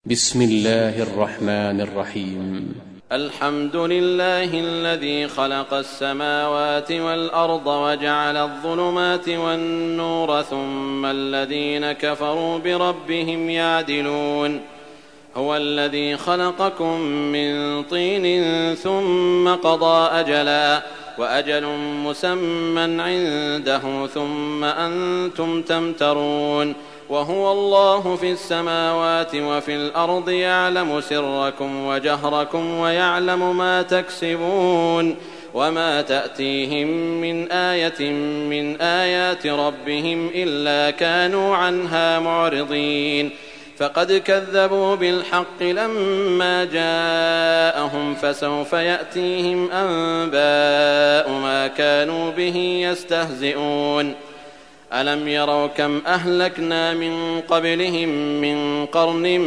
بسم الله الرحمن الرحيم. الحمد لله الذي خلق السماوات والأرض وجعل الظلمات والنور ثم الذين كفروا بربهم يعدلون. هو الذي خلقكم من طين ثم قضى أجلا وأجل مسمى عنده ثم أنتم تمترون. وهو الله في السماوات وفي الأرض يعلم سركم وجهركم ويعلم ما تكسبون. وما تأتيهم من آية من آيات ربهم إلا كانوا عنها معرضين. فقد كذبوا بالحق لما جاءهم فسوف يأتيهم أنباء ما كانوا به يستهزئون. ألم يروا كم أهلكنا من قبلهم من قرن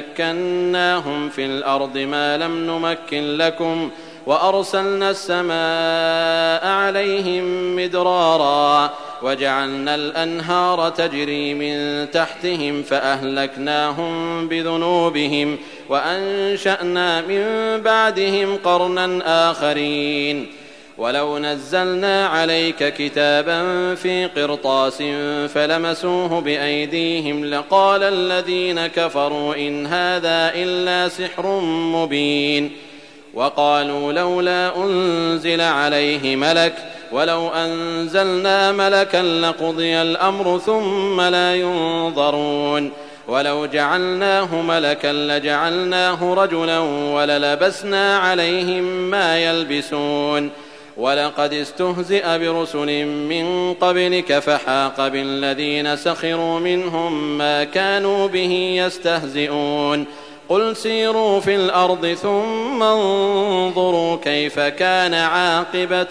مكناهم في الأرض ما لم نمكن لكم وأرسلنا السماء عليهم مدرارا وجعلنا الأنهار تجري من تحتهم فأهلكناهم بذنوبهم وأنشأنا من بعدهم قرنا آخرين. ولو نزلنا عليك كتابا في قرطاس فلمسوه بأيديهم لقال الذين كفروا إن هذا إلا سحر مبين. وقالوا لولا أنزل عليه ملك ولو أنزلنا ملكا لقضي الأمر ثم لا ينظرون. ولو جعلناه ملكا لجعلناه رجلا وللبسنا عليهم ما يلبسون. ولقد استهزئ برسل من قبلك فحاق بالذين سخروا منهم ما كانوا به يستهزئون. قل سيروا في الأرض ثم انظروا كيف كان عاقبة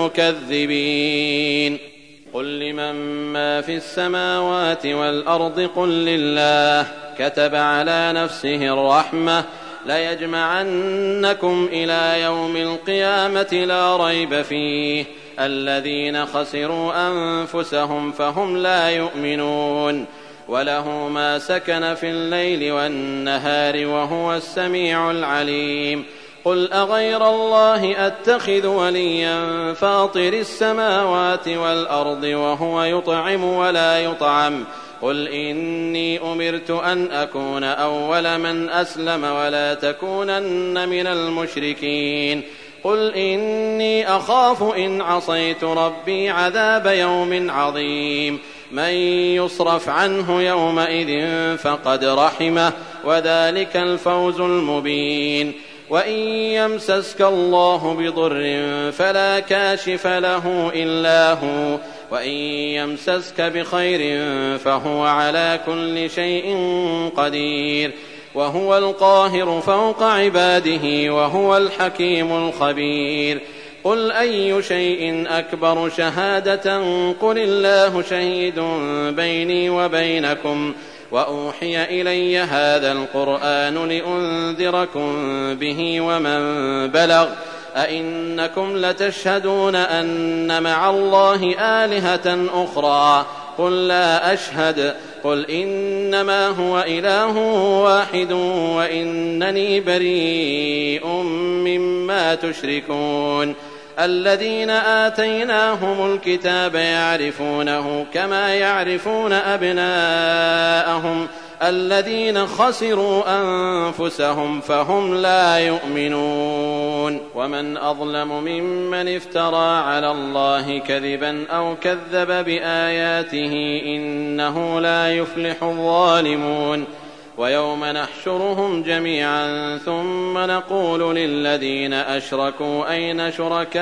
المكذبين. قل لمن ما في السماوات والأرض قل لله كتب على نفسه الرحمة ليجمعنكم إلى يوم القيامة لا ريب فيه الذين خسروا أنفسهم فهم لا يؤمنون. وله ما سكن في الليل والنهار وهو السميع العليم. قل أغير الله أتخذ وليا فاطر السماوات والأرض وهو يطعم ولا يطعم. قل إني أمرت أن أكون أول من أسلم ولا تكونن من المشركين. قل إني أخاف إن عصيت ربي عذاب يوم عظيم. من يصرف عنه يومئذ فقد رحمه وذلك الفوز المبين. وإن يمسسك الله بضر فلا كاشف له إلا هو وإن يمسسك بخير فهو على كل شيء قدير. وهو القاهر فوق عباده وهو الحكيم الخبير. قل أي شيء أكبر شهادة قل الله شهيد بيني وبينكم وأوحي إلي هذا القرآن لأنذركم به ومن بلغ أئنكم لتشهدون أن مع الله آلهة أخرى قل لا أشهد. قل إنما هو إله واحد وإنني بريء مما تشركون. الذين آتيناهم الكتاب يعرفونه كما يعرفون أبناءهم الذين خسروا أنفسهم فهم لا يؤمنون. ومن أظلم ممن افترى على الله كذبا أو كذب بآياته إنه لا يفلح الظالمون. ويوم نحشرهم جميعا ثم نقول للذين أشركوا أين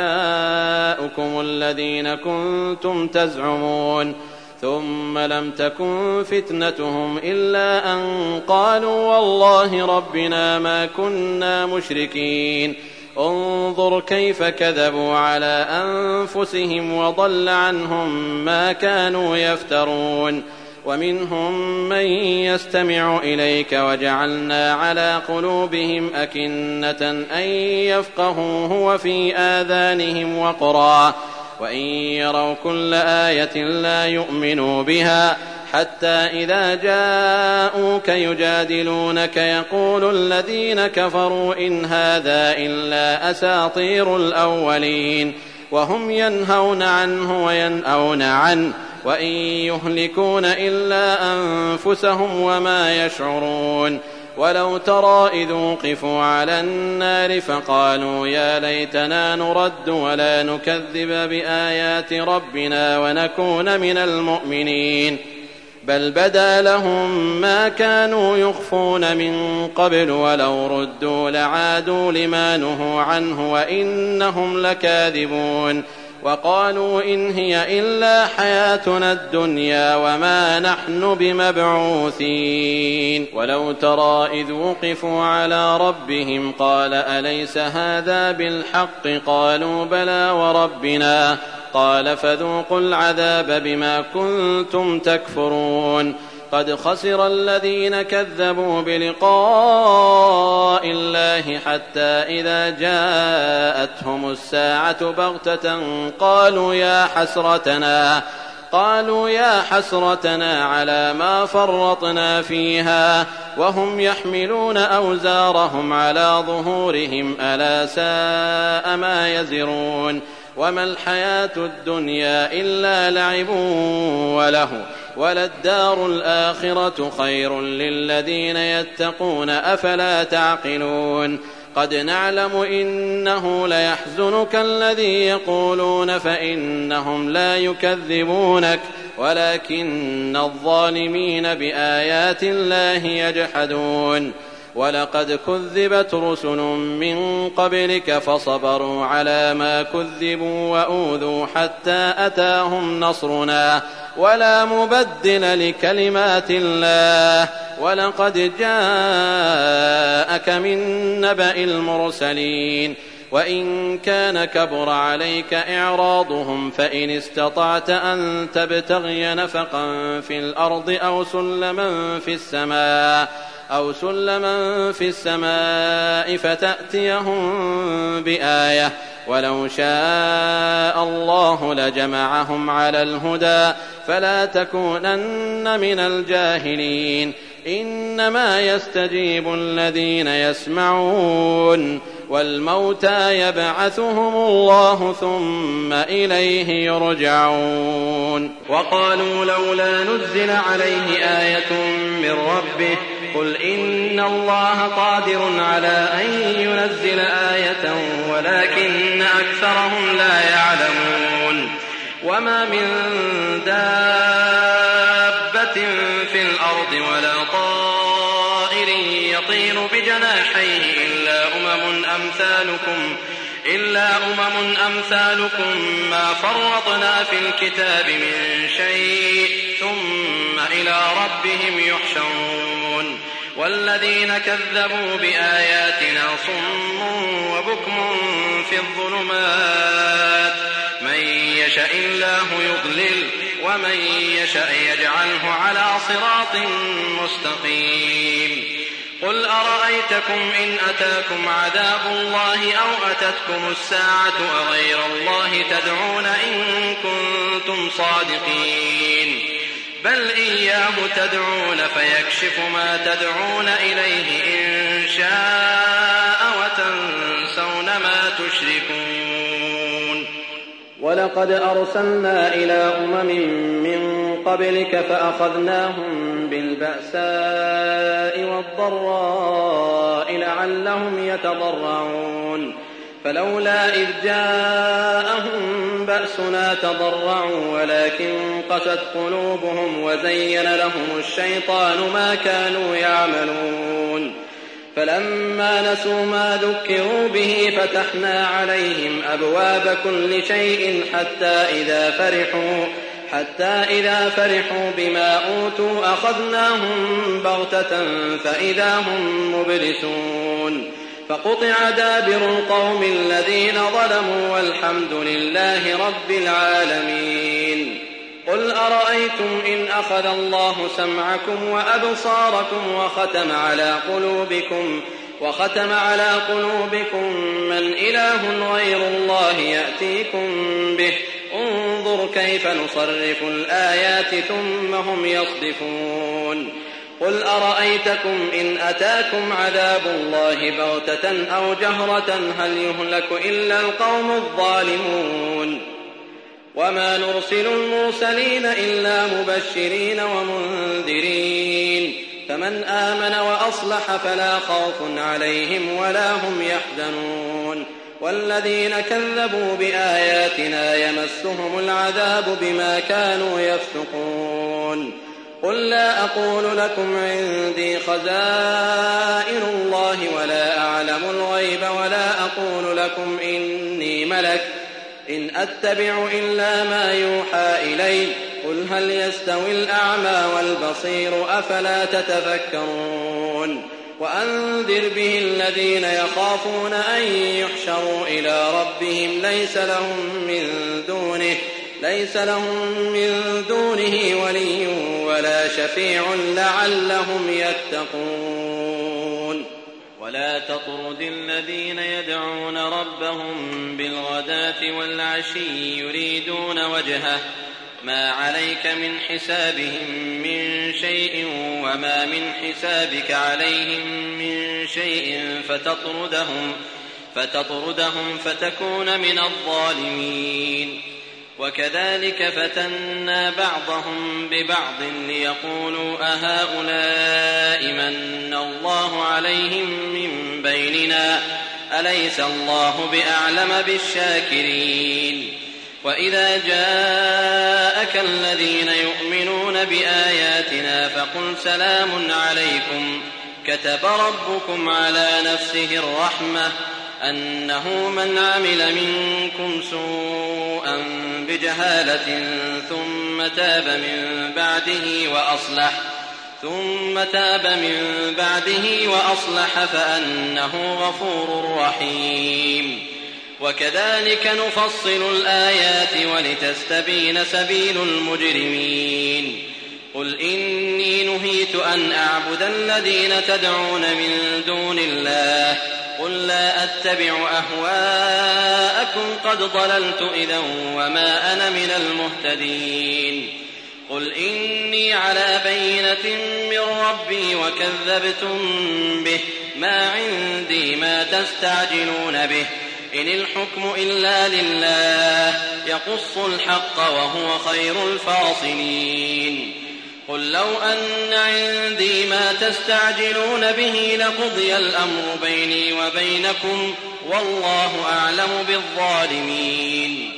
شركاؤكم الذين كنتم تزعمون ثم لم تكن فتنتهم إلا أن قالوا والله ربنا ما كنا مشركين. انظر كيف كذبوا على أنفسهم وضل عنهم ما كانوا يفترون. ومنهم من يستمع إليك وجعلنا على قلوبهم أكنة أن يفقهوه وفي آذانهم وقرا وإن يروا كل آية لا يؤمنوا بها حتى إذا جاءوك يجادلونك يقول الذين كفروا إن هذا إلا أساطير الأولين وهم ينهون عنه وينأون عنه وإن يهلكون إلا أنفسهم وما يشعرون ولو ترى إذ وقفوا على النار فقالوا يا ليتنا نرد ولا نكذب بآيات ربنا ونكون من المؤمنين بل بدا لهم ما كانوا يخفون من قبل ولو ردوا لعادوا لما نهوا عنه وإنهم لكاذبون وقالوا إن هي إلا حياتنا الدنيا وما نحن بمبعوثين ولو ترى إذ وقفوا على ربهم قال أليس هذا بالحق قالوا بلى وربنا قال فذوقوا العذاب بما كنتم تكفرون قد خسر الذين كذبوا بلقاء الله حتى إذا جاءتهم الساعة بغتة قالوا يا حسرتنا على ما فرطنا فيها وهم يحملون أوزارهم على ظهورهم ألا ساء ما يزرون وما الحياة الدنيا إلا لعب وله وللدار الآخرة خير للذين يتقون أفلا تعقلون قد نعلم إنه ليحزنك الذي يقولون فإنهم لا يكذبونك ولكن الظالمين بآيات الله يجحدون ولقد كذبت رسل من قبلك فصبروا على ما كذبوا وأوذوا حتى أتاهم نصرنا ولا مبدل لكلمات الله ولقد جاءك من نبأ المرسلين وإن كان كبر عليك إعراضهم فإن استطعت أن تبتغي نفقا في الأرض أو سلما في السماء فتأتيهم بآية ولو شاء الله لجمعهم على الهدى فلا تكونن من الجاهلين إنما يستجيب الذين يسمعون والموتى يبعثهم الله ثم إليه يرجعون وقالوا لولا نزل عليه آية من ربه قل إن الله قادر على أن ينزل آية ولكن أكثرهم لا يعلمون وما من دابة في الأرض ولا طائر يطير بجناحيه إلا أمم أمثالكم ما فرطنا في الكتاب من شيء ثم إلى ربهم يحشرون والذين كذبوا بآياتنا صم وبكم في الظلمات من يشاء الله يضلل ومن يشاء يجعله على صراط مستقيم قل أرأيتكم إن أتاكم عذاب الله أو أتتكم الساعة أغير الله تدعون إن كنتم صادقين بل إياه تدعون فيكشف ما تدعون إليه إن شاء وتنسون ما تشركون ولقد أرسلنا إلى أمم من قبلك فأخذناهم بالبأساء والضراء لعلهم يتضرعون فلولا إذ جاءهم بأسنا تضرعوا ولكن قست قلوبهم وزين لهم الشيطان ما كانوا يعملون فلما نسوا ما ذكروا به فتحنا عليهم أبواب كل شيء حتى إذا فرحوا بما أوتوا أخذناهم بغتة فإذا هم مبلسون فقطع دابر القوم الذين ظلموا والحمد لله رب العالمين قل أرأيتم إن أخذ الله سمعكم وأبصاركم وختم على قلوبكم من إله غير الله يأتيكم به انظر كيف نصرف الآيات ثم هم يصدفون قل أرأيتكم إن أتاكم عذاب الله بغتة أو جهرة هل يهلك إلا القوم الظالمون وما نرسل المرسلين إلا مبشرين ومنذرين فمن آمن وأصلح فلا خوف عليهم ولا هم يحزنون والذين كذبوا بآياتنا يمسهم العذاب بما كانوا يفسقون قل لا أقول لكم عندي خزائن الله ولا أعلم الغيب ولا أقول لكم إني ملك إن أتبع إلا ما يوحى إلي قل هل يستوي الأعمى والبصير أفلا تتفكرون وأنذر به الذين يخافون أن يحشروا إلى ربهم ليس لهم من دونه ولي ولا شفيع لعلهم يتقون ولا تطرد الذين يدعون ربهم بالغداة والعشي يريدون وجهه ما عليك من حسابهم من شيء وما من حسابك عليهم من شيء فتطردهم فتكون من الظالمين وكذلك فتنا بعضهم ببعض ليقولوا أهؤلاء من الله عليهم من بيننا أليس الله بأعلم بالشاكرين وإذا جاءك الذين يؤمنون بآياتنا فقل سلام عليكم كتب ربكم على نفسه الرحمة أنه من عمل منكم سوءا بجهالة ثم تاب من بعده وأصلح فأنه غفور رحيم وكذلك نفصل الآيات ولتستبين سبيل المجرمين قل إني نهيت أن أعبد الذين تدعون من دون الله قل لا أتبع أهواءكم قد ضللت إذا وما أنا من المهتدين قل إني على بينة من ربي وكذبتم به ما عندي ما تستعجلون به إن الحكم إلا لله يقص الحق وهو خير الفاصلين قل لو أن عندي ما تستعجلون به لقضي الأمر بيني وبينكم والله أعلم بالظالمين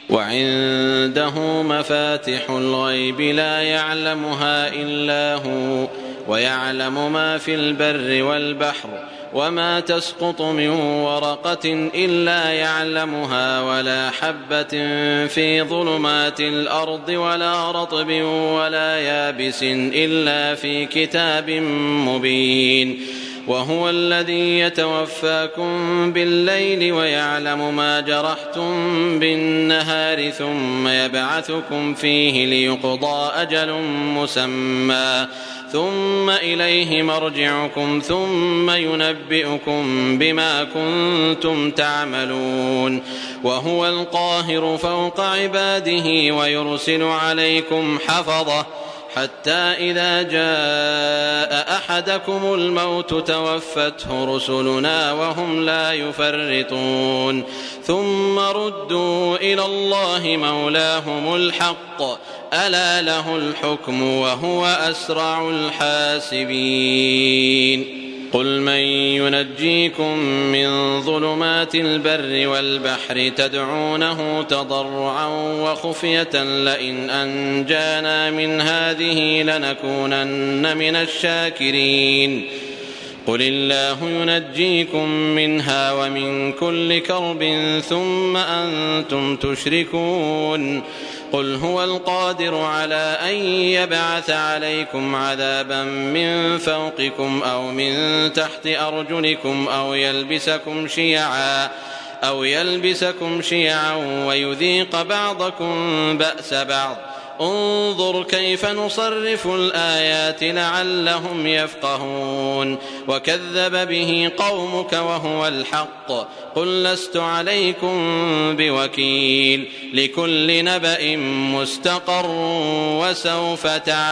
وعنده مفاتح الغيب لا يعلمها إلا هو ويعلم ما في البر والبحر وما تسقط من ورقة إلا يعلمها ولا حبة في ظلمات الأرض ولا رطب ولا يابس إلا في كتاب مبين وهو الذي يتوفاكم بالليل ويعلم ما جرحتم بالنهار ثم يبعثكم فيه ليقضى أجل مسمى ثم إليه مرجعكم ثم ينبئكم بما كنتم تعملون وهو القاهر فوق عباده ويرسل عليكم حفظة حتى إذا جاء أحدكم الموت توفته رسلنا وهم لا يفرطون ثم ردوا إلى الله مولاهم الحق ألا له الحكم وهو أسرع الحاسبين قل من ينجيكم من ظلمات البر والبحر تدعونه تضرعا وخفية لئن أنجانا من هذه لنكونن من الشاكرين قل الله ينجيكم منها ومن كل كرب ثم أنتم تشركون قل هو القادر على أن يبعث عليكم عذابا من فوقكم أو من تحت أرجلكم أو يلبسكم شيعا ويذيق بعضكم بأس بعض انظر كيف نصرف الآيات لعلهم يفقهون وكذب به قومك وهو الحق قل لست عليكم بوكيل لكل نبأ مستقر وسوف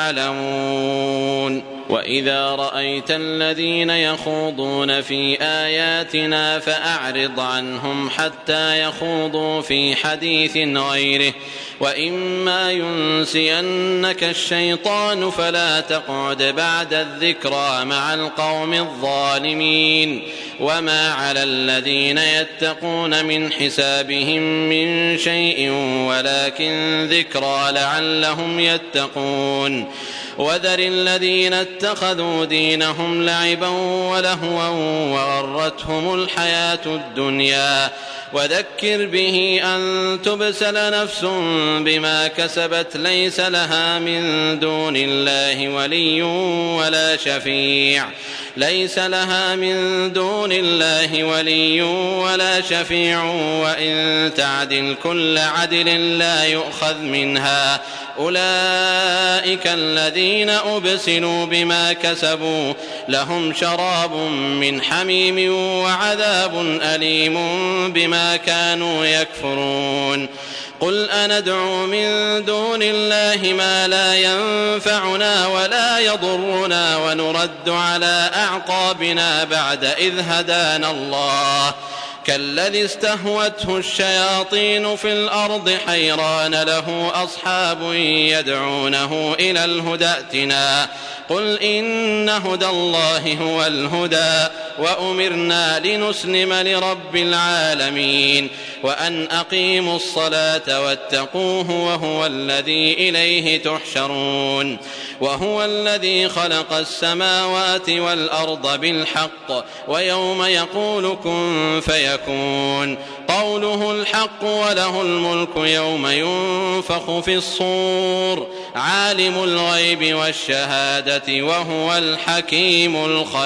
تعلمون وإذا رأيت الذين يخوضون في آياتنا فأعرض عنهم حتى يخوضوا في حديث غيره وإما ينسينك الشيطان فلا تقعد بعد الذكرى مع القوم الظالمين وما على الذين يتقون من حسابهم من شيء ولكن ذكرى لعلهم يتقون وذر الذين اتخذوا دينهم لعبا ولهوا وغرتهم الحياة الدنيا وذكر به أن تبسل نفس بما كسبت ليس لها من دون الله ولي ولا شفيع وإن تعدل كل عدل لا يؤخذ منها أولئك الذين أبسلوا بما كسبوا لهم شراب من حميم وعذاب أليم بما كانوا يكفرون قل أندعو من دون الله ما لا ينفعنا ولا يضرنا ونرد على أعقابنا بعد إذ هدانا الله كالذي استهوته الشياطين في الأرض حيران له أصحاب يدعونه إلى الهدى ائتنا قل إن هدى الله هو الهدى وأمرنا لنسلم لرب العالمين وأن أقيموا الصلاة واتقوه وهو الذي إليه تحشرون وهو الذي خلق السماوات والأرض بالحق ويوم يقول كن فيكون قوله الحق وله الملك يوم ينفخ في الصور عالم الغيب والشهادة وهو الحكيم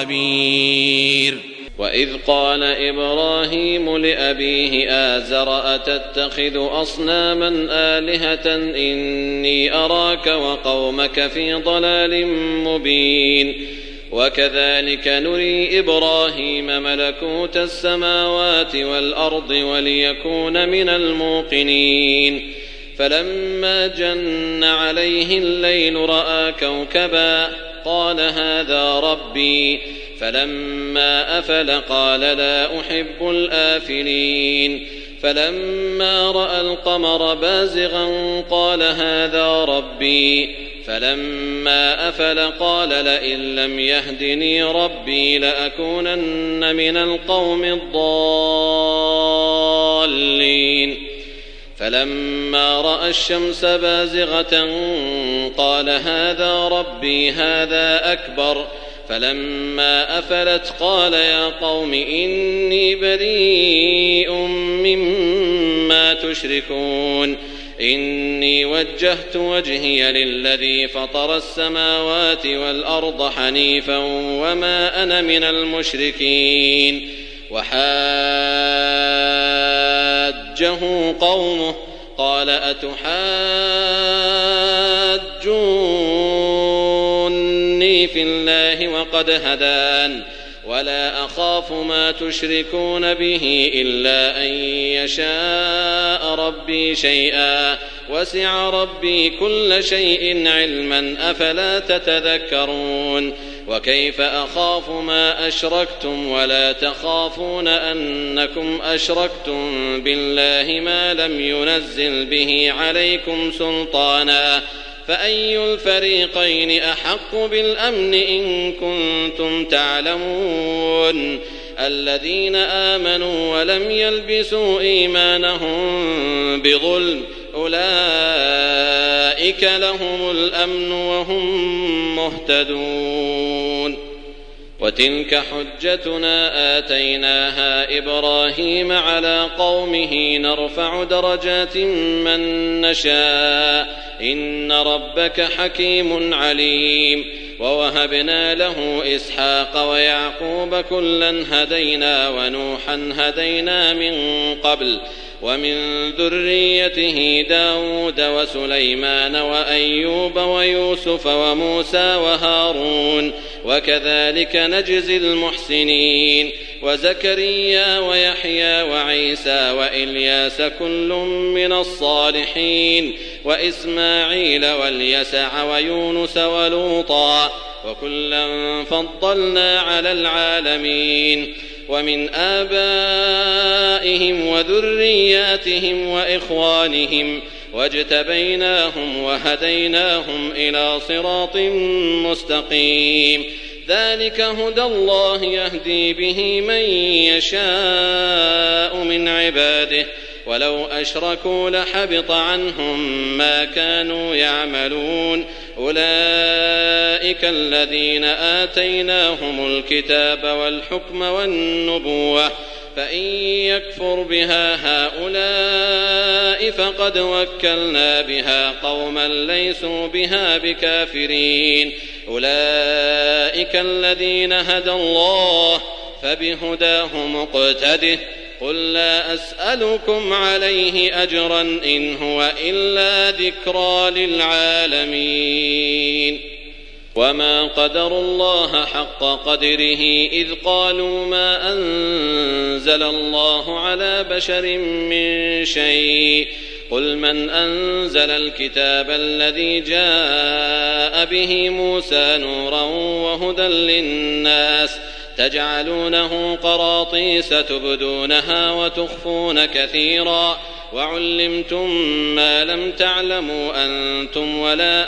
الخبير وإذ قال إبراهيم لأبيه آزر أتتخذ أصناما آلهة إني أراك وقومك في ضلال مبين وكذلك نري إبراهيم ملكوت السماوات والأرض وليكون من الموقنين فلما جن عليه الليل رأى كوكبا قال هذا ربي فلما أفل قال لا أحب الآفلين فلما رأى القمر بازغا قال هذا ربي فلما أفل قال لئن لم يهدني ربي لأكونن من القوم الضالين فلما رأى الشمس بازغة قال هذا ربي هذا أكبر فلما أفلت قال يا قوم إني بريء مما تشركون إني وجهت وجهي للذي فطر السماوات والأرض حنيفا وما أنا من المشركين وحاجه قومه قال أتحاجوني في الله وقد هدان ولا أخاف ما تشركون به إلا أن يشاء ربي شيئا وسع ربي كل شيء علما أفلا تتذكرون وكيف أخاف ما أشركتم ولا تخافون أنكم أشركتم بالله ما لم ينزل به عليكم سلطانا فأي الفريقين أحق بالأمن إن كنتم تعلمون الذين آمنوا ولم يلبسوا إيمانهم بظلم أولئك لهم الأمن وهم مهتدون وتلك حجتنا آتيناها إبراهيم على قومه نرفع درجات من نشاء إن ربك حكيم عليم ووهبنا له إسحاق ويعقوب كلا هدينا ونوحا هدينا من قبل ومن ذريته داود وسليمان وأيوب ويوسف وموسى وهارون وكذلك نجزي المحسنين وزكريا ويحيى وعيسى وإلياس كل من الصالحين وإسماعيل واليسع ويونس ولوطا وكلا فضلنا على العالمين ومن آبائهم وذرياتهم وإخوانهم واجتبيناهم وهديناهم إلى صراط مستقيم ذلك هدى الله يهدي به من يشاء من عباده ولو أشركوا لحبط عنهم ما كانوا يعملون أولئك الذين آتيناهم الكتاب والحكم والنبوة فإن يكفر بها هؤلاء فقد وكلنا بها قوما ليسوا بها بكافرين أولئك الذين هدى الله فبهداه مقتده قل لا أسألكم عليه أجرا إن هو إلا ذكرى للعالمين وما قدروا الله حق قدره إذ قالوا ما أنزل الله على بشر من شيء قل من أنزل الكتاب الذي جاء به موسى نورا وهدى للناس تجعلونه قراطيس تبدونها وتخفون كثيرا وعلمتم ما لم تعلموا أنتم ولا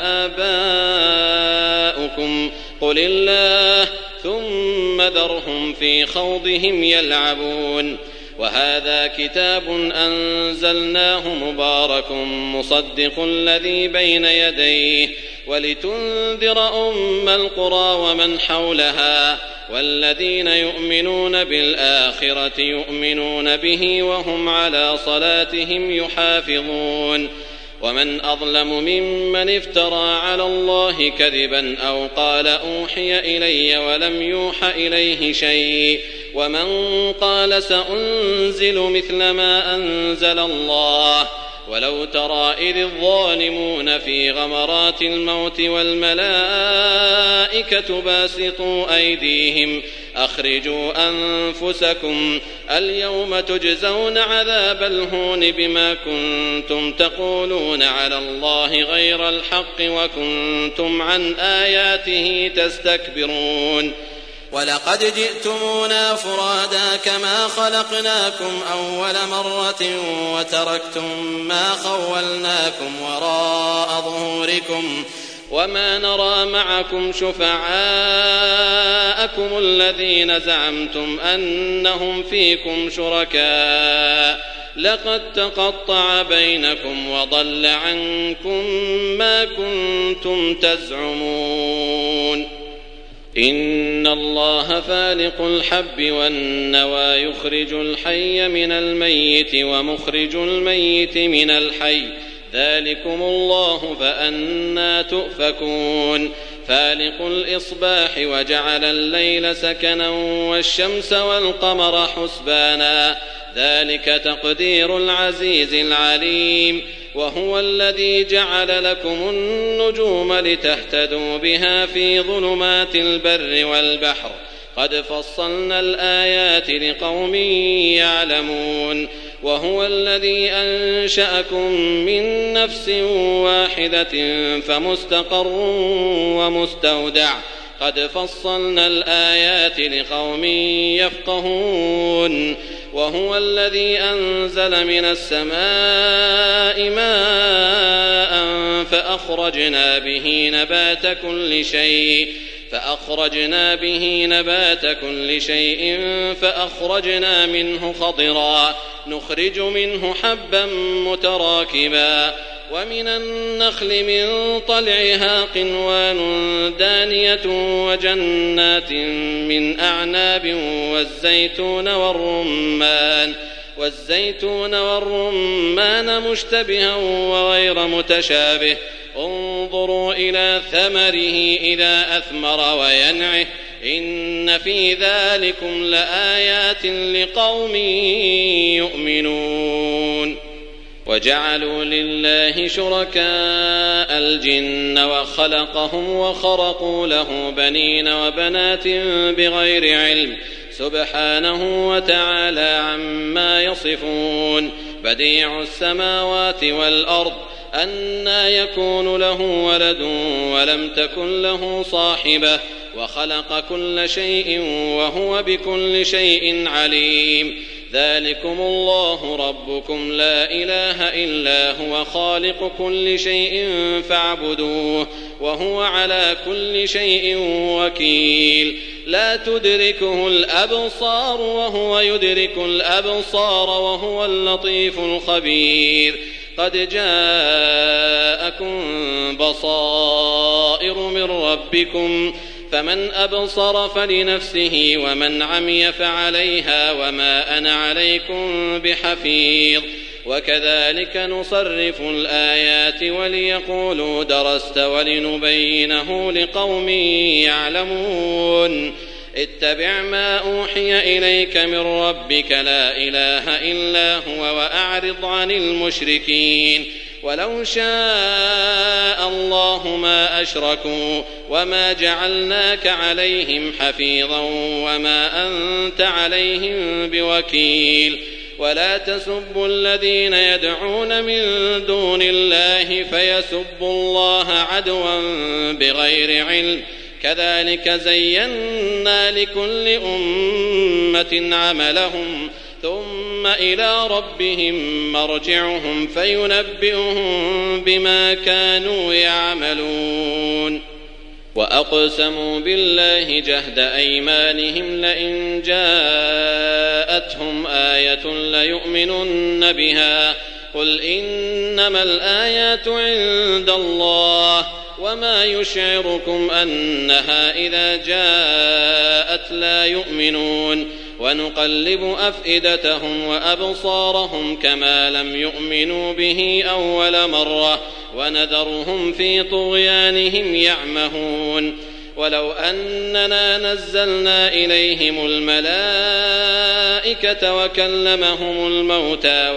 آباؤكم قل الله ثم ذرهم في خوضهم يلعبون وهذا كتاب أنزلناه مبارك مصدق الذي بين يديه ولتنذر أم القرى ومن حولها والذين يؤمنون بالآخرة يؤمنون به وهم على صلاتهم يحافظون ومن أظلم ممن افترى على الله كذبا أو قال أوحي إلي ولم يوح إليه شيء ومن قال سأنزل مثل ما أنزل الله ولو ترى إذ الظالمون في غمرات الموت والملائكة باسطوا أيديهم أخرجوا أنفسكم اليوم تجزون عذاب الهون بما كنتم تقولون على الله غير الحق وكنتم عن آياته تستكبرون ولقد جئتمونا فرادا كما خلقناكم أول مرة وتركتم ما خولناكم وراء ظهوركم وما نرى معكم شفعاءكم الذين زعمتم أنهم فيكم شركاء لقد تقطع بينكم وضل عنكم ما كنتم تزعمون إن الله فالق الحب والنوى يخرج الحي من الميت ومخرج الميت من الحي ذلكم الله فأنى تؤفكون فالق الإصباح وجعل الليل سكنا والشمس والقمر حسبانا ذلك تقدير العزيز العليم وهو الذي جعل لكم النجوم لتهتدوا بها في ظلمات البر والبحر قد فصلنا الآيات لقوم يعلمون وهو الذي أنشأكم من نفس واحدة فمستقر ومستودع قد فصلنا الآيات لقوم يفقهون وهو الذي أنزل من السماء ماء فأخرجنا به نبات كل شيء فأخرجنا منه خضرا نخرج منه حبا متراكبا ومن النخل من طلعها قنوان دانية وجنات من أعناب والزيتون والرمان مشتبها وغير متشابه انظروا إلى ثمره إذا أثمر وينعه إن في ذلكم لآيات لقوم يؤمنون وجعلوا لله شركاء الجن وخلقهم وخرقوا له بنين وبنات بغير علم سبحانه وتعالى عما يصفون بديع السماوات والأرض أنى يكون له ولد ولم تكن له صاحبة وخلق كل شيء وهو بكل شيء عليم ذلكم الله ربكم لا إله إلا هو خالق كل شيء فاعبدوه وهو على كل شيء وكيل لا تدركه الأبصار وهو يدرك الأبصار وهو اللطيف الخبير قد جاءكم بصائر من ربكم فمن أبصر فلنفسه ومن عمي فعليها وما أنا عليكم بحفيظ وكذلك نصرف الآيات وليقولوا درست ولنبينه لقوم يعلمون اتبع ما أوحي إليك من ربك لا إله إلا هو وأعرض عن المشركين ولو شاء الله ما أشركوا وما جعلناك عليهم حفيظا وما أنت عليهم بوكيل ولا تسبوا الذين يدعون من دون الله فيسبوا الله عدوا بغير علم كذلك زينا لكل أمة عملهم ثم إلى ربهم مرجعهم فينبئهم بما كانوا يعملون وأقسموا بالله جهد أيمانهم لئن جاءتهم آية ليؤمنن بها قل إنما الآيات عند الله وما يشعركم أنها إذا جاءت لا يؤمنون ونقلب أفئدتهم وأبصارهم كما لم يؤمنوا به أول مرة ونذرهم في طغيانهم يعمهون ولو أننا نزلنا إليهم الملائكة وكلمهم الموتى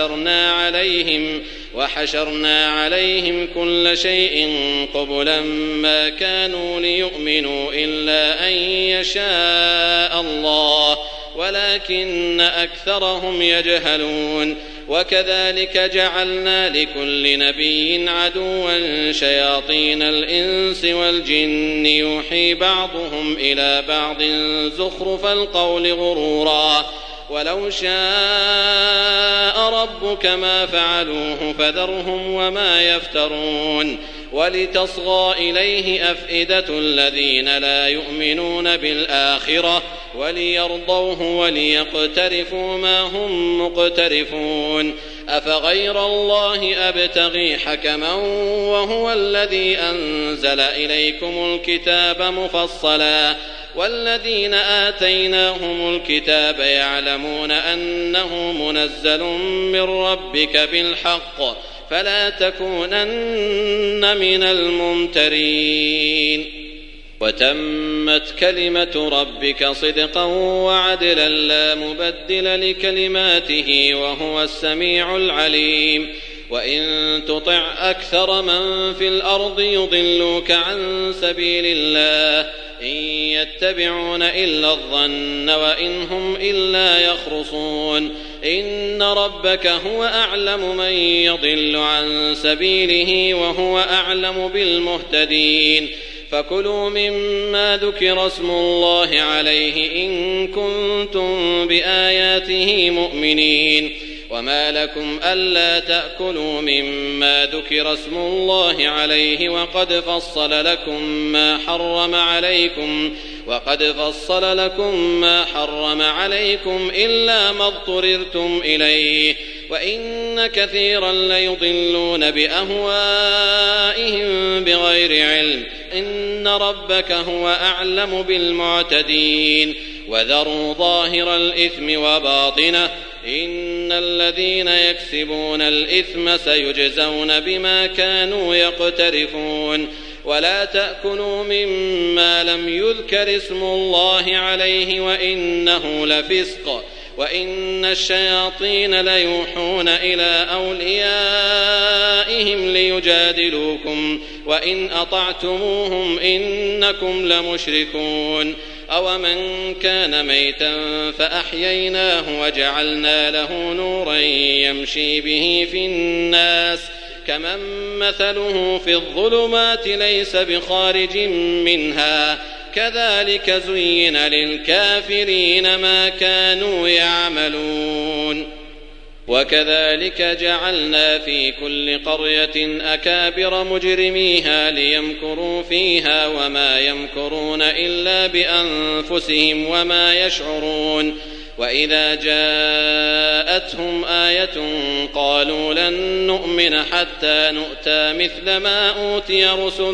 وحشرنا عليهم كل شيء قبلا ما كانوا ليؤمنوا إلا أن يشاء الله ولكن أكثرهم يجهلون وكذلك جعلنا لكل نبي عدوا شياطين الإنس والجن يوحي بعضهم إلى بعض زخرف القول غرورا ولو شاء ربك ما فعلوه فذرهم وما يفترون ولتصغى إليه أفئدة الذين لا يؤمنون بالآخرة وليرضوه وليقترفوا ما هم مقترفون أفغير الله أبتغي حكما وهو الذي أنزل إليكم الكتاب مفصلا والذين آتيناهم الكتاب يعلمون أنه منزل من ربك بالحق فلا تكونن من الممترين وتمت كلمة ربك صدقا وعدلا لا مبدل لكلماته وهو السميع العليم وإن تطع أكثر من في الأرض يضلوك عن سبيل الله إن يتبعون إلا الظن وإن هم إلا يخرصون إن ربك هو أعلم من يضل عن سبيله وهو أعلم بالمهتدين فكلوا مما ذكر اسم الله عليه إن كنتم بآياته مؤمنين وما لكم ألا تأكلوا مما ذكر اسم الله عليه وقد فصل لكم ما حرم عليكم إلا ما اضطررتم إليه وإن كثيرا ليضلون بأهوائهم بغير علم إن ربك هو أعلم بالمعتدين وذروا ظاهر الإثم وباطنه إن الذين يكسبون الإثم سيجزون بما كانوا يقترفون ولا تأكلوا مما لم يذكر اسم الله عليه وإنه لفسق وإن الشياطين ليوحون إلى أوليائهم ليجادلوكم وإن أطعتموهم إنكم لمشركون أومن كان ميتا فأحييناه وجعلنا له نورا يمشي به في الناس كمن مثله في الظلمات ليس بخارج منها كذلك زين للكافرين ما كانوا يعملون وكذلك جعلنا في كل قرية أكابر مجرميها ليمكروا فيها وما يمكرون إلا بأنفسهم وما يشعرون وإذا جاءتهم آية قالوا لن نؤمن حتى نؤتى مثل ما أوتي رسل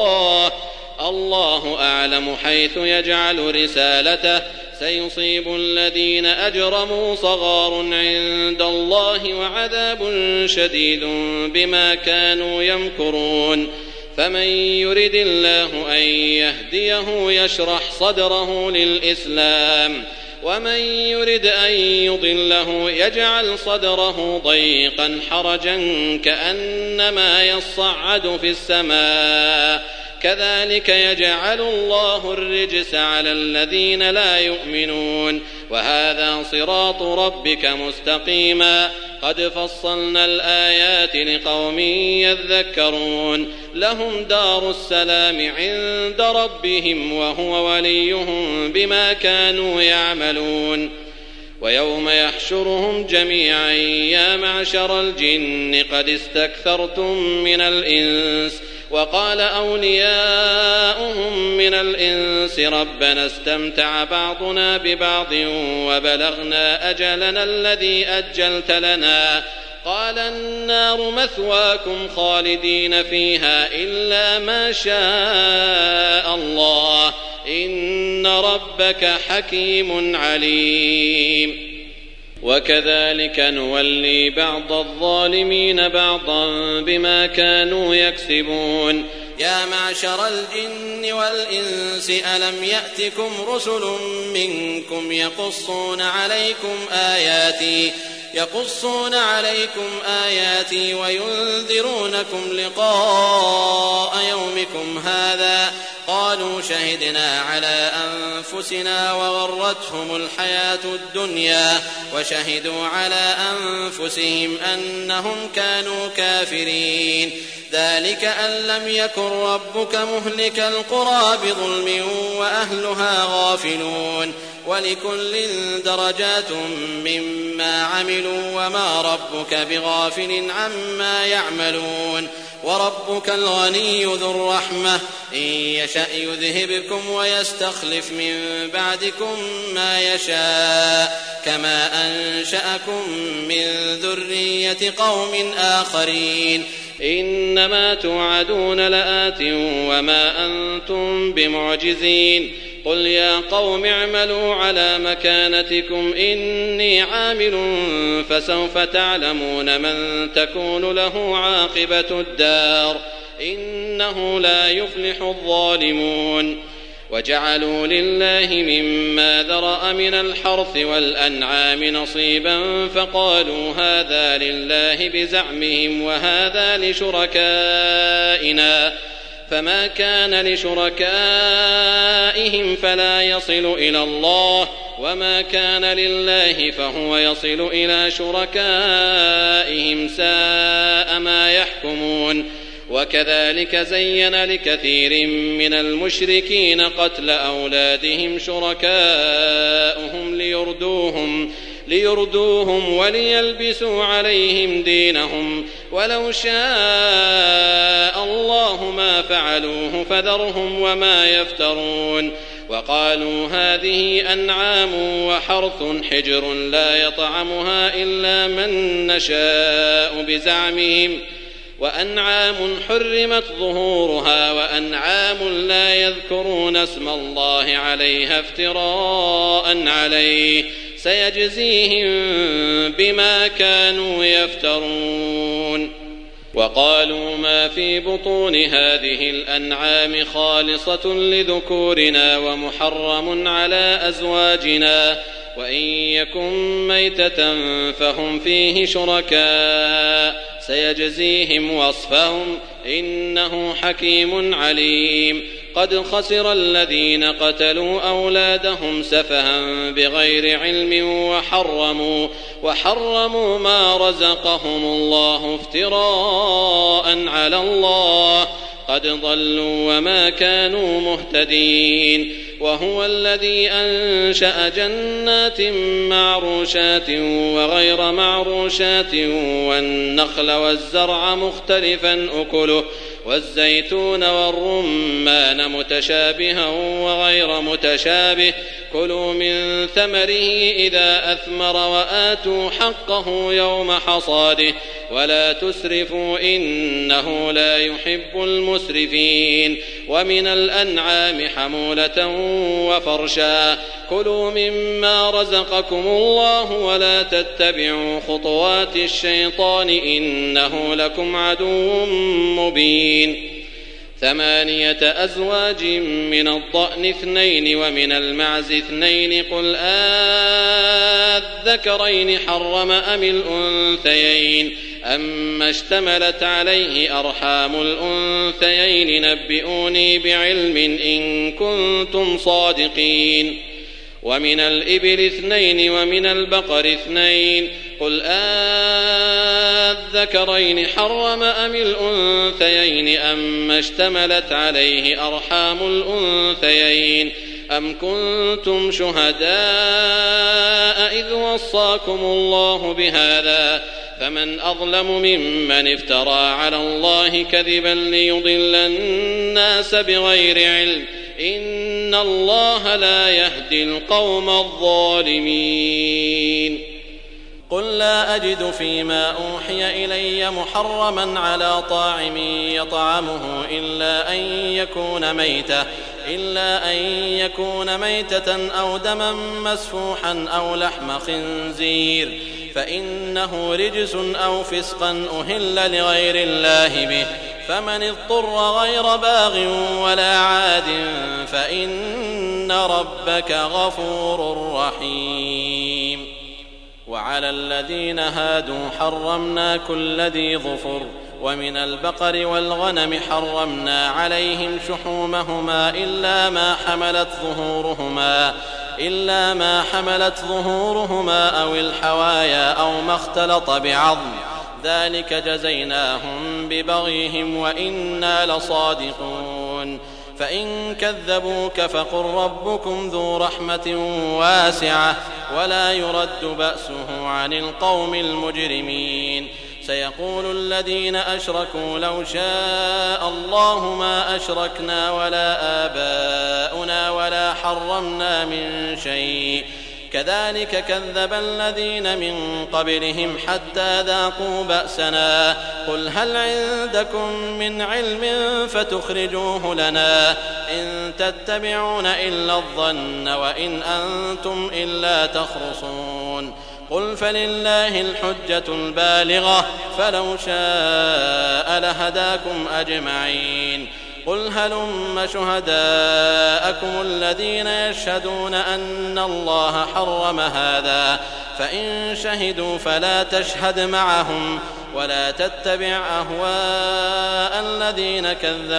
الله أعلم حيث يجعل رسالته سيصيب الذين أجرموا صغار عند الله وعذاب شديد بما كانوا يمكرون فمن يرد الله أن يهديه يشرح صدره للإسلام ومن يرد أن يضله يجعل صدره ضيقا حرجا كأنما يصعد في السماء كذلك يجعل الله الرجس على الذين لا يؤمنون وهذا صراط ربك مستقيما قد فصلنا الآيات لقوم يذكرون لهم دار السلام عند ربهم وهو وليهم بما كانوا يعملون ويوم يحشرهم جميعا يا معشر الجن قد استكثرتم من الإنس وقال أولياؤهم من الإنس ربنا استمتع بعضنا ببعض وبلغنا أجلنا الذي أجلت لنا قال النار مثواكم خالدين فيها إلا ما شاء الله إن ربك حكيم عليم وكذلك نولي بعض الظالمين بعضا بما كانوا يكسبون يا معشر الجن والإنس ألم يأتكم رسل منكم يقصون عليكم آياتي وينذرونكم لقاء يومكم هذا قالوا شهدنا على أنفسنا وغرتهم الحياة الدنيا وشهدوا على أنفسهم أنهم كانوا كافرين ذلك أن لم يكن ربك مهلك القرى بظلم وأهلها غافلون ولكل درجات مما عملوا وما ربك بغافل عما يعملون وربك الغني ذو الرحمة إن يشأ يذهبكم ويستخلف من بعدكم ما يشاء كما أنشأكم من ذرية قوم آخرين إنما توعدون لآت وما أنتم بمعجزين قل يا قوم اعملوا على مكانتكم إني عامل فسوف تعلمون من تكون له عاقبة الدار إنه لا يفلح الظالمون وجعلوا لله مما ذرأ من الحرث والأنعام نصيبا فقالوا هذا لله بزعمهم وهذا لشركائنا فما كان لشركائهم فلا يصل إلى الله وما كان لله فهو يصل إلى شركائهم ساء ما يحكمون وكذلك زين لكثير من المشركين قتل أولادهم شركاؤهم ليردوهم وليلبسوا عليهم دينهم ولو شاء الله ما فعلوه فذرهم وما يفترون وقالوا هذه أنعام وحرث حجر لا يطعمها إلا من نشاء بزعمهم وأنعام حرمت ظهورها وأنعام لا يذكرون اسم الله عليها افتراء عليه سيجزيهم بما كانوا يفترون وقالوا ما في بطون هذه الأنعام خالصة لذكورنا ومحرم على أزواجنا وإن يكن ميتة فهم فيه شركاء سيجزيهم وصفهم إنه حكيم عليم قد خسر الذين قتلوا أولادهم سفها بغير علم وحرموا ما رزقهم الله افتراء على الله قد ضلوا وما كانوا مهتدين وهو الذي أنشأ جنات معروشات وغير معروشات والنخل والزرع مختلفا أكله والزيتون والرمان متشابها وغير متشابه كلوا من ثمره إذا أثمر وآتوا حقه يوم حصاده ولا تسرفوا إنه لا يحب المسرفين ومن الأنعام حمولة وفرشا كلوا مما رزقكم الله ولا تتبعوا خطوات الشيطان إنه لكم عدو مبين 8 أزواج من الضأن 2 ومن المعز 2 قل الذكرين حرم أم الأنثيين أما اشتملت عليه أرحام الأنثيين نبئوني بعلم إن كنتم صادقين ومن الإبل 2 ومن البقر 2 قل الذكرين حرم أم الأنثيين أما اشتملت عليه أرحام الأنثيين أم كنتم شهداء إذ وصاكم الله بهذا فمن أظلم ممن افترى على الله كذبا ليضل الناس بغير علم إن الله لا يهدي القوم الظالمين قل لا أجد فيما أوحي إلي محرما على طاعم يطعمه إلا أن يكون ميتة أو دما مسفوحا أو لحم خنزير فإنه رجس أو فسقا أهل لغير الله به فمن اضطر غير باغ ولا عاد فإن ربك غفور رحيم وعلى الذين هادوا حرمنا كل ذي ظفر ومن البقر والغنم حرمنا عليهم شحومهما إلا ما حملت ظهورهما أو الحوايا أو ما اختلط بعظم ذلك جزيناهم ببغيهم وإنا لصادقون فإن كذبوك فقل ربكم ذو رحمة واسعة ولا يرد بأسه عن القوم المجرمين سيقول الذين أشركوا لو شاء الله ما أشركنا ولا آباؤنا ولا حرمنا من شيء كذلك كذب الذين من قبلهم حتى ذاقوا بأسنا قل هل عندكم من علم فتخرجوه لنا إن تتبعون إلا الظن وإن أنتم إلا تخرصون قل فلله الحجة البالغة فلو شاء لهداكم أجمعين قل هلم شهداءكم الذين يشهدون أن الله حرم هذا فإن شهدوا فلا تشهد معهم ولا تتبع أهواء الذين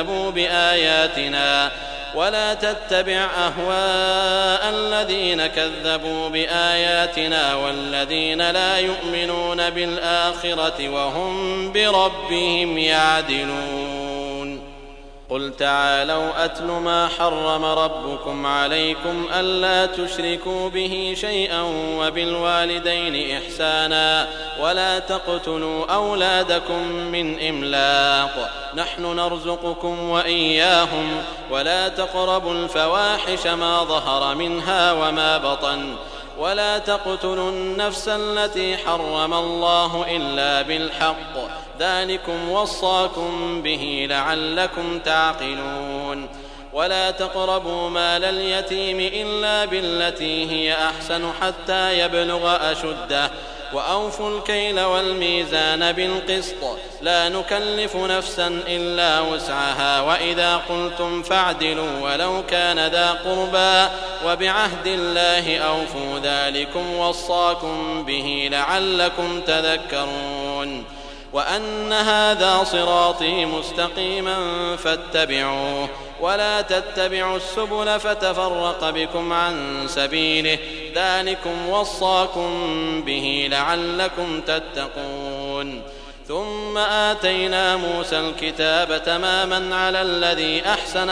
كذبوا بآياتنا والذين لا يؤمنون بالآخرة وهم بربهم يعدلون قل تعالوا أتل ما حرم ربكم عليكم ألا تشركوا به شيئا وبالوالدين إحسانا ولا تقتلوا أولادكم من إملاق نحن نرزقكم وإياهم ولا تقربوا الفواحش ما ظهر منها وما بطن ولا تقتلوا النفس التي حرم الله إلا بالحق ذلكم وصاكم به لعلكم تعقلون ولا تقربوا مال اليتيم إلا بالتي هي أحسن حتى يبلغ أشده وأوفوا الكيل والميزان بالقسط لا نكلف نفسا إلا وسعها وإذا قلتم فاعدلوا ولو كان ذا قربى وبعهد الله أوفوا ذلكم وصاكم به لعلكم تذكرون وأن هذا صراطي مستقيما فاتبعوه ولا تتبعوا السبل فتفرق بكم عن سبيله ذلكم وصاكم به لعلكم تتقون ثم آتينا موسى الكتاب تماما على الذي أحسن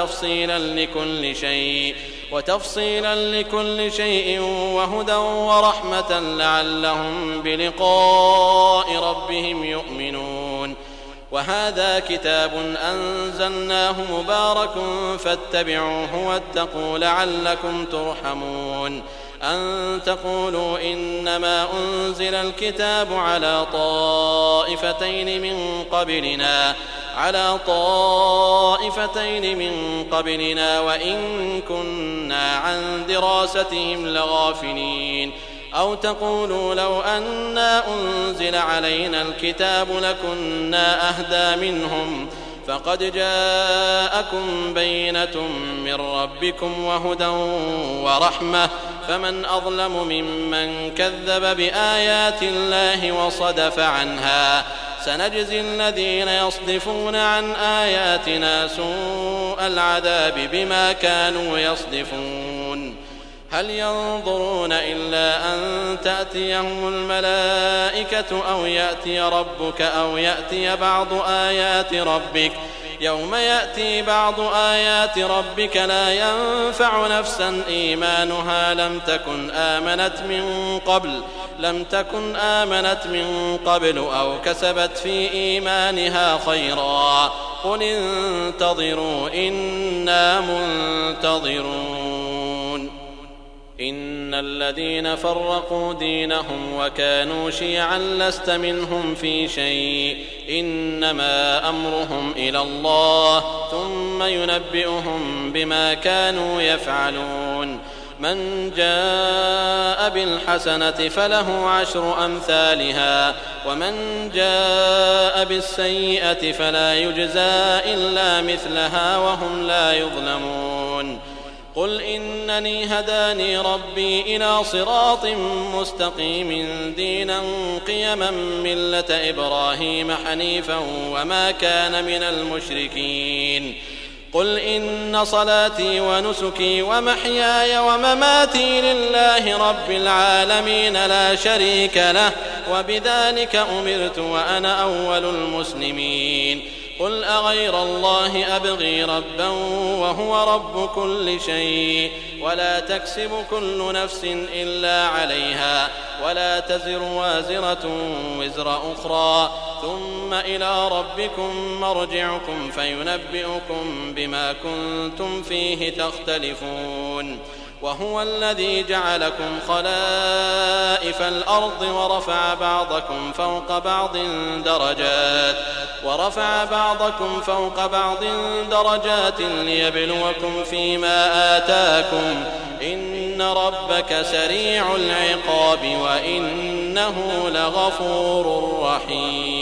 وتفصيلا لكل شيء وهدى ورحمة لعلهم بلقاء ربهم يؤمنون وهذا كتاب أنزلناه مبارك فاتبعوه واتقوا لعلكم ترحمون أن تقولوا إنما أنزل الكتاب على طائفتين من قبلنا وإن كنا عن دراستهم لغافلين أو تقولوا لو أنا أنزل علينا الكتاب لكنا أهدى منهم فقد جاءكم بينة من ربكم وهدى ورحمة فمن أظلم ممن كذب بآيات الله وصدف عنها سنجزي الذين يصدفون عن آياتنا سوء العذاب بما كانوا يصدفون هل ينظرون إلا أن تأتيهم الملائكة أو يأتي ربك أو يأتي بعض آيات ربك يوم يأتي بعض آيات ربك لا ينفع نفسا إيمانها لم تكن آمنت من قبل أو كسبت في إيمانها خيرا قل انتظروا إنا منتظرون إن الذين فرقوا دينهم وكانوا شيعا لست منهم في شيء إنما أمرهم إلى الله ثم ينبئهم بما كانوا يفعلون من جاء بالحسنة فله 10 أمثالها ومن جاء بالسيئة فلا يجزى إلا مثلها وهم لا يظلمون قل إنني هداني ربي إلى صراط مستقيم دينا قيما ملة إبراهيم حنيفا وما كان من المشركين قل إن صلاتي ونسكي ومحياي ومماتي لله رب العالمين لا شريك له وبذلك أمرت وأنا أول المسلمين قل أغير الله أبغي ربا وهو رب كل شيء ولا تكسب كل نفس إلا عليها ولا تزر وازرة وزر أخرى ثم إلى ربكم مرجعكم فينبئكم بما كنتم فيه تختلفون وهو الذي جعلكم خلائف الأرض ورفع بعضكم فوق بعض درجات ليبلوكم فيما آتاكم إن ربك سريع العقاب وإنه لغفور رحيم